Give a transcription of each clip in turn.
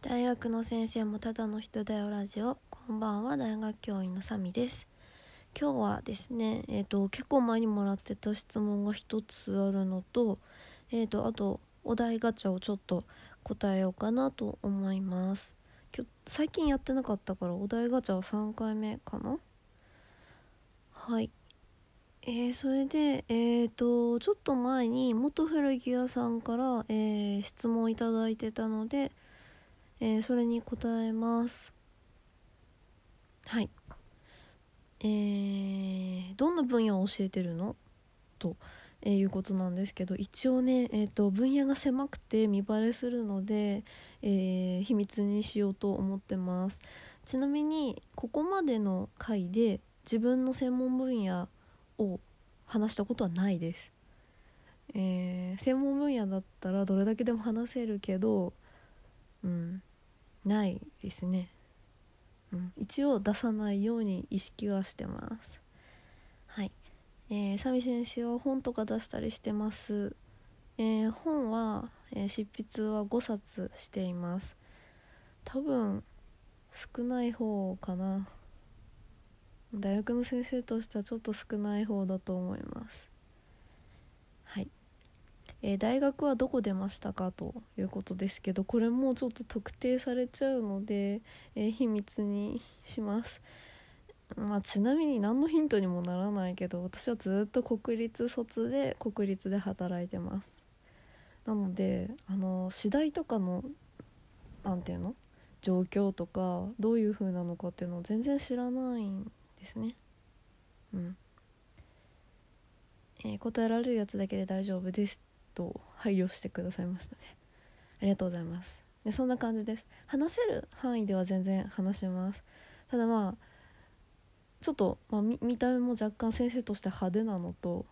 大学の先生もただの人だよラジオ。こんばんは、大学教員のサミです。今日はですね、結構前にもらってた質問が一つあるのと、あとお題ガチャをちょっと答えようかなと思います。最近やってなかったからお題ガチャは3回目かな。はい。それで、ちょっと前に元古着屋さんから、質問いただいてたので、それに答えます。はい。どんな分野を教えてるのと、いうことなんですけど、一応ね、分野が狭くて見バレするので、秘密にしようと思ってます。ちなみにここまでの回で自分の専門分野を話したことはないです。専門分野だったらどれだけでも話せるけど、ないですね。一応出さないように意識はしてます。はい。サミ先生は本とか出したりしてます。本は、執筆は5冊しています。多分少ない方かな。大学の先生としてはちょっと少ない方だと思います。はい。大学はどこ出ましたかということですけど、これもちょっと特定されちゃうので、秘密にします。ちなみに何のヒントにもならないけど、私はずっと国立卒で国立で働いてます。なので次第とかのなんていうの状況とかどういう風なのかっていうのを全然知らないんですね。答えられるやつだけで大丈夫ですと配慮してくださいましたね。ありがとうございます。でそんな感じです。話せる範囲では全然話します。ただちょっと、見た目も若干先生として派手なのと、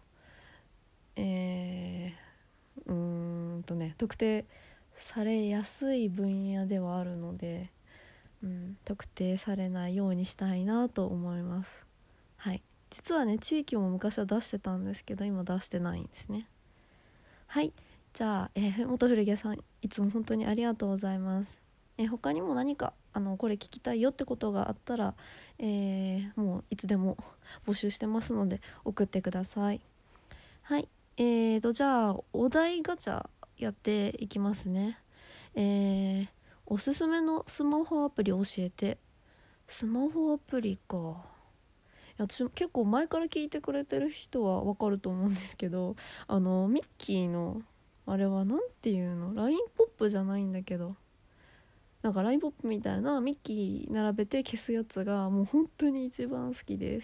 特定されやすい分野ではあるので、特定されないようにしたいなと思います。はい。実はね、地域も昔は出してたんですけど、今出してないんですね。はい。じゃあ、元古着屋さん、いつも本当にありがとうございます。他にも何かこれ聞きたいよってことがあったら、もういつでも募集してますので送ってください。はい。じゃあお題ガチャやっていきますね。おすすめのスマホアプリ教えて。スマホアプリか。いや、私結構前から聞いてくれてる人はわかると思うんですけど、ミッキーのあれはなんていうの、ラインポップじゃないんだけど、なんかラインポップみたいなミッキー並べて消すやつがもう本当に一番好きです。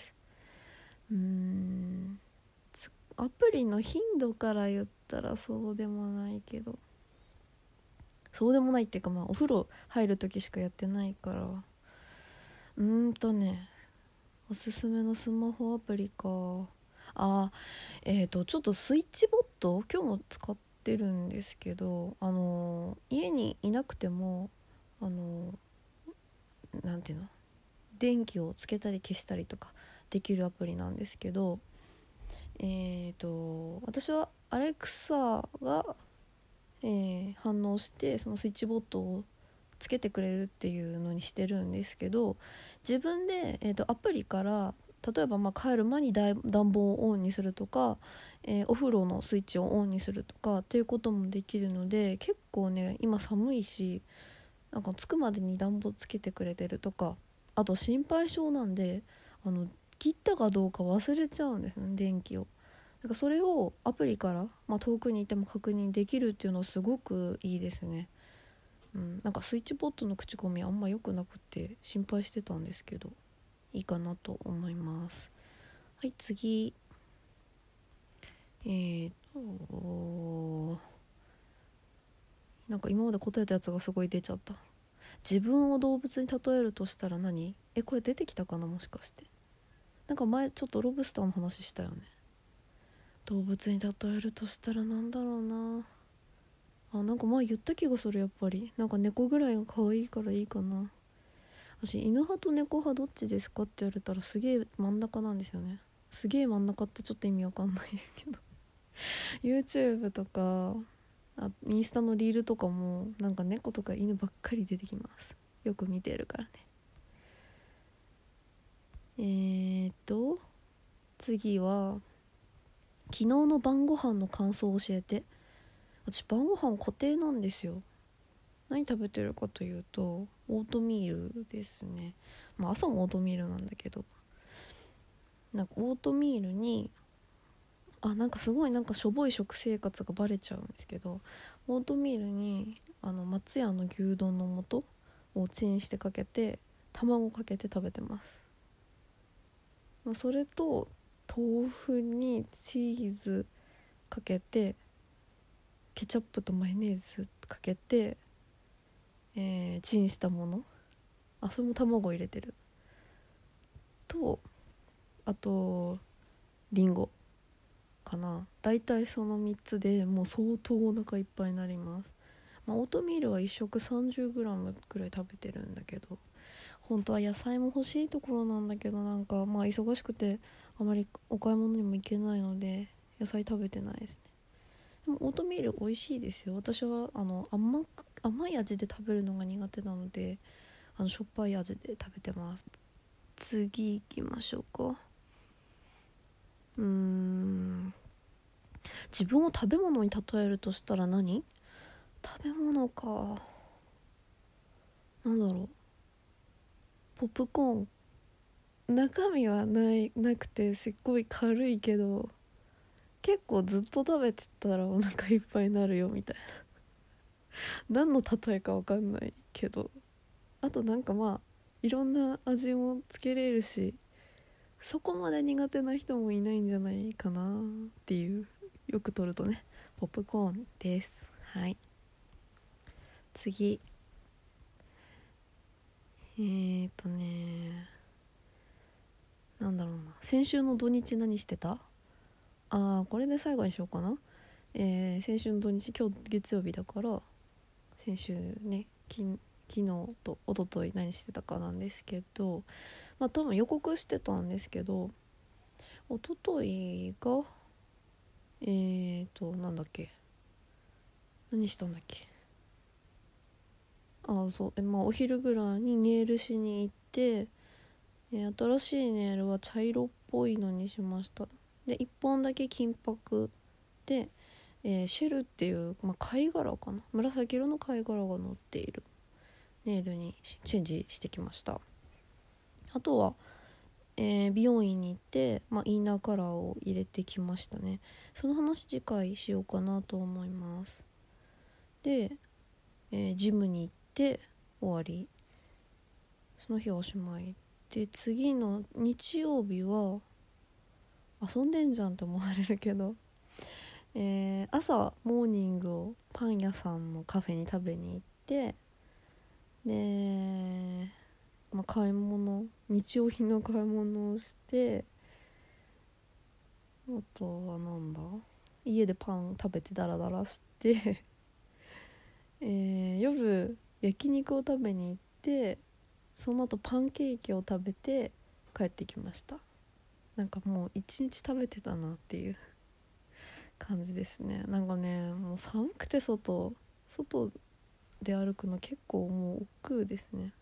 アプリの頻度から言ったらそうでもないけど、そうでもないっていうか、お風呂入る時しかやってないから、おすすめのスマホアプリか。ちょっとスイッチボット今日も使ってるんですけど、家にいなくてもなんていうの、電気をつけたり消したりとかできるアプリなんですけど、私はアレクサが、反応してそのスイッチボットをつけてくれるっていうのにしてるんですけど、自分で、アプリから例えば帰る前に暖房をオンにするとか、お風呂のスイッチをオンにするとかっていうこともできるので、結構ね今寒いし、なんか着くまでに暖房つけてくれてるとか、あと心配性なんで切ったかどうか忘れちゃうんですね、電気を。なんかそれをアプリから、遠くにいても確認できるっていうのはすごくいいですね。なんかスイッチボットの口コミあんま良くなくて心配してたんですけど、いいかなと思います。はい、次。なんか今まで答えたやつがすごい出ちゃった。自分を動物に例えるとしたら何？これ出てきたかな、もしかして。なんか前ちょっとロブスターの話したよね。動物に例えるとしたらなんだろうな。なんか前言った気がする。やっぱりなんか猫ぐらいが可愛いからいいかな。私犬派と猫派どっちですかって言われたらすげえ真ん中なんですよね。すげえ真ん中ってちょっと意味わかんないですけどYouTube とかインスタのリールとかもなんか猫とか犬ばっかり出てきます。よく見てるからね。次は昨日の晩ご飯の感想を教えて。私晩ご飯固定なんですよ。何食べてるかというとオートミールですね。朝もオートミールなんだけど、なんかオートミールになんかすごいなんかしょぼい食生活がバレちゃうんですけど、オートミールに松屋の牛丼の素をチンしてかけて卵かけて食べてます。それと豆腐にチーズかけてケチャップとマヨネーズかけて、チンしたもの、それも卵入れてると、あとリンゴかな。だいたいその3つでもう相当お腹いっぱいになります。オートミールは1食 30g ぐらい食べてるんだけど、本当は野菜も欲しいところなんだけど、なんか忙しくてあまりお買い物にも行けないので野菜食べてないですね。でもオートミール美味しいですよ。私は甘い味で食べるのが苦手なのでしょっぱい味で食べてます。次行きましょうか。自分を食べ物に例えるとしたら何？食べ物か。なんだろう。ポップコーン。中身はなくてすっごい軽いけど、結構ずっと食べてたらお腹いっぱいになるよみたいな。何の例えか分かんないけど、あとなんかいろんな味もつけれるし、そこまで苦手な人もいないんじゃないかなっていう。よく取るとね、ポップコーンです。はい、次。なんだろうな。先週の土日何してた？これで最後にしようかな。先週の土日、今日月曜日だから先週ね、昨日と一昨日何してたかなんですけど、多分予告してたんですけど、一昨日がなんだっけ、何したんだっけ。そう、お昼ぐらいにネイルしに行って、新しいネイルは茶色っぽいのにしました。で1本だけ金箔で、シェルっていう、貝殻かな、紫色の貝殻が乗っているネイルにチェンジしてきました。あとは、美容院に行って、インナーカラーを入れてきましたね。その話次回しようかなと思います。で、ジムに行って終わり。その日はおしまいで、次の日曜日は遊んでんじゃんって思われるけど、朝モーニングをパン屋さんのカフェに食べに行って、で、買い物、日用品の買い物をして、あとはなんだ、家でパン食べてダラダラして夜焼肉を食べに行って、その後パンケーキを食べて帰ってきました。なんかもう一日食べてたなっていう感じですね。なんかね、もう寒くて外で歩くの結構もう億劫ですね。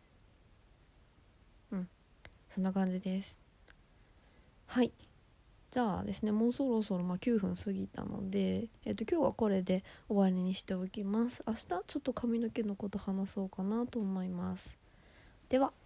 そんな感じです。はい、じゃあですね、もうそろそろ9分過ぎたので、今日はこれで終わりにしておきます。明日ちょっと髪の毛のこと話そうかなと思います。では。